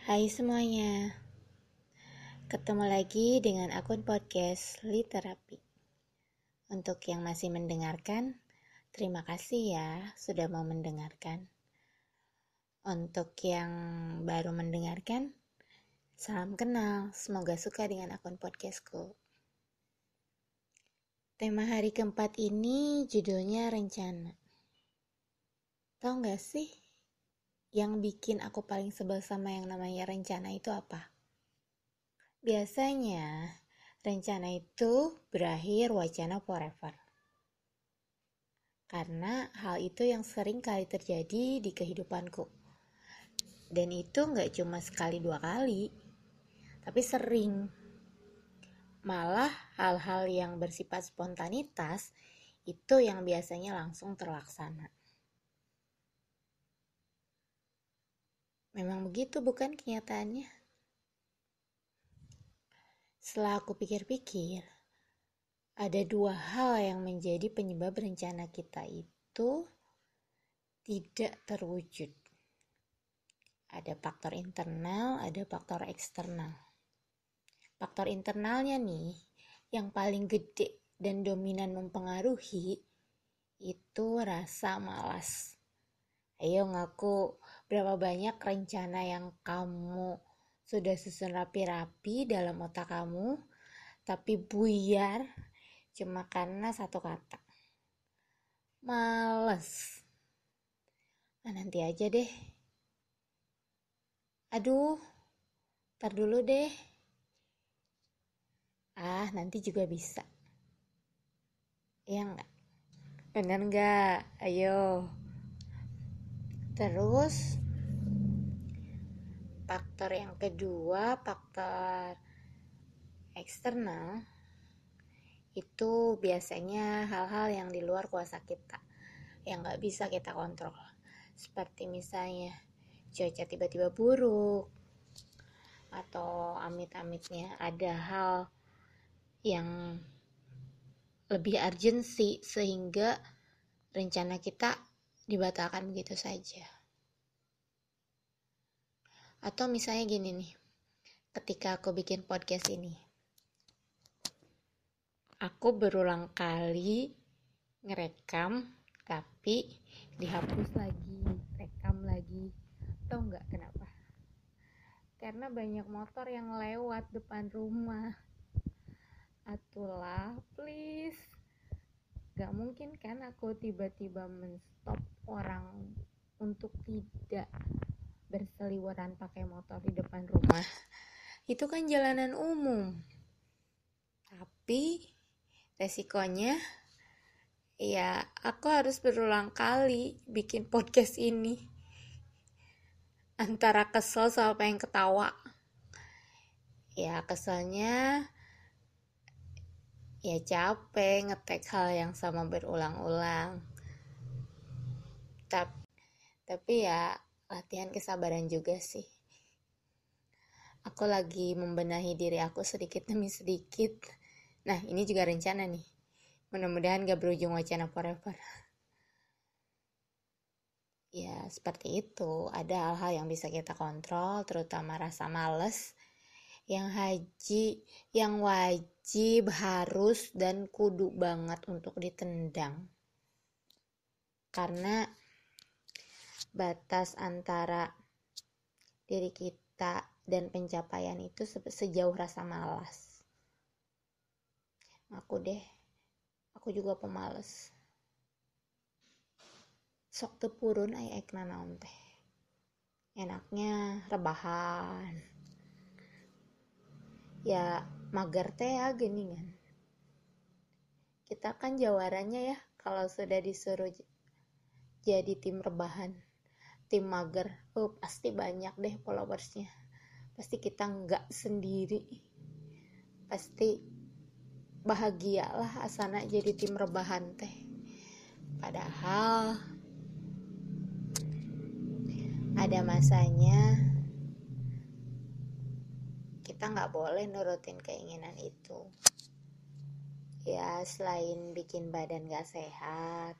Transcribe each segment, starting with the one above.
Hai semuanya, ketemu lagi dengan akun podcast Literapi. Untuk yang masih mendengarkan, terima kasih ya sudah mau mendengarkan. Untuk yang baru mendengarkan, salam kenal, semoga suka dengan akun podcastku. Tema hari keempat ini judulnya rencana. Tahu gak sih, yang bikin aku paling sebel sama yang namanya rencana itu apa? Biasanya, rencana itu berakhir wacana forever. Karena hal itu yang sering kali terjadi di kehidupanku. Dan itu gak cuma sekali dua kali, tapi sering. Malah hal-hal yang bersifat spontanitas itu yang biasanya langsung terlaksana. Memang begitu bukan kenyataannya? Setelah aku pikir-pikir, ada dua hal yang menjadi penyebab rencana kita itu tidak terwujud. Ada faktor internal, ada faktor eksternal. Faktor internalnya nih, yang paling gede dan dominan mempengaruhi, itu rasa malas. Ayo ngaku, berapa banyak rencana yang kamu sudah susun rapi-rapi dalam otak kamu, tapi buyar cuma karena satu kata. Males. Nah, nanti aja deh. Aduh, ntar dulu deh. Nanti juga bisa. Iya enggak? Bener enggak? Ayo. Terus, faktor yang kedua, faktor eksternal, itu biasanya hal-hal yang di luar kuasa kita, yang gak bisa kita kontrol. Seperti misalnya, cuaca tiba-tiba buruk, atau amit-amitnya ada hal yang lebih urgensi sehingga rencana kita dibatalkan begitu saja. Atau misalnya gini nih, ketika aku bikin podcast ini, aku berulang kali ngerekam tapi dihapus lagi, rekam lagi. Tahu nggak kenapa? Karena banyak motor yang lewat depan rumah. Atulah, please. Gak mungkin kan aku tiba-tiba menstop orang untuk tidak berseliweran pakai motor di depan rumah. Itu kan jalanan umum. Tapi resikonya ya aku harus berulang kali bikin podcast ini. Antara kesel sama pengen ketawa. Ya keselnya ya capek ngetek hal yang sama berulang-ulang. Tapi ya latihan kesabaran juga sih. Aku lagi membenahi diri aku sedikit demi sedikit. Nah, ini juga rencana nih. Mudah-mudahan gak berujung wacana forever. Ya, seperti itu. Ada hal-hal yang bisa kita kontrol, terutama rasa males. Yang wajib, harus, dan kudu banget untuk ditendang. Karena batas antara diri kita dan pencapaian itu sejauh rasa malas. Aku juga pemalas. Sok tepurun ai ekna naon teh. Enaknya rebahan. Ya mager teh ya geningan. Kita kan jawarannya ya kalau sudah disuruh jadi tim rebahan, tim mager. Pasti banyak deh followersnya. Pasti kita nggak sendiri. Pasti bahagialah asana jadi tim rebahan teh. Padahal ada masanya kita nggak boleh nurutin keinginan itu. Ya selain bikin badan nggak sehat,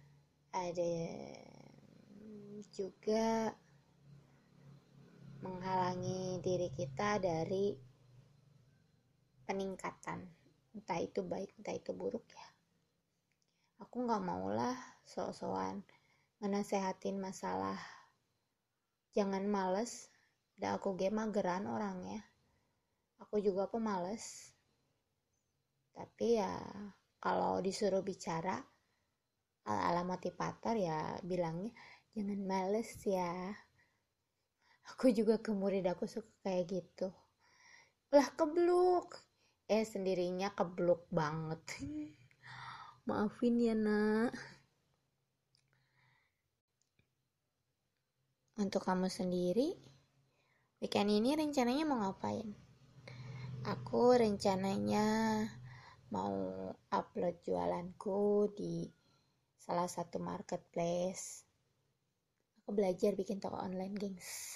ada juga menghalangi diri kita dari peningkatan, entah itu baik entah itu buruk ya. Aku gak maulah sok-sokan ngenasehatin masalah jangan males, dan aku mageran orangnya, aku juga pemales. Tapi ya kalau disuruh bicara ala-ala motivator ya bilangnya jangan males ya. Aku juga ke murid aku suka kayak gitu, lah kebluk, sendirinya kebluk banget. Maafin ya nak. Untuk kamu sendiri, weekend ini rencananya mau ngapain? Aku rencananya mau upload jualanku di salah satu marketplace. Aku belajar bikin toko online, gengs.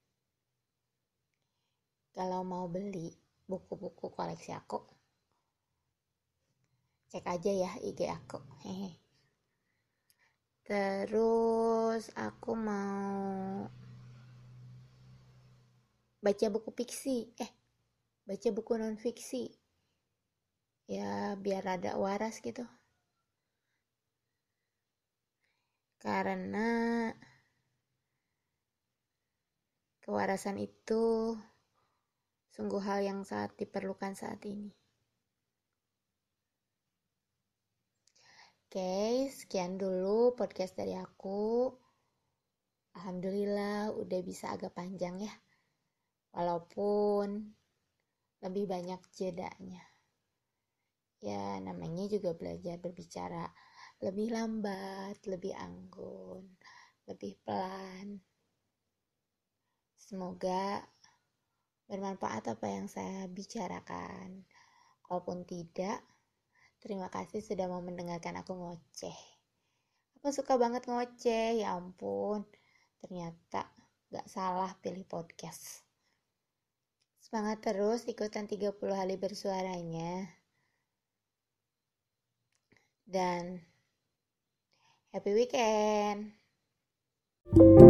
Kalau mau beli buku-buku koleksi aku, cek aja ya IG aku. Terus aku mau baca buku fiksi, baca buku non fiksi. Ya biar ada waras gitu. Karena kewarasan itu sungguh hal yang sangat diperlukan saat ini. Oke, sekian dulu podcast dari aku. Alhamdulillah udah bisa agak panjang ya. Walaupun lebih banyak jedanya. Ya namanya juga belajar berbicara lebih lambat, lebih anggun, lebih pelan. Semoga bermanfaat apa yang saya bicarakan. Kalaupun tidak, terima kasih sudah mau mendengarkan aku ngoceh. Aku suka banget ngoceh, ya ampun. Ternyata gak salah pilih podcast. Semangat terus ikutan 30 hari bersuaranya. Dan happy weekend.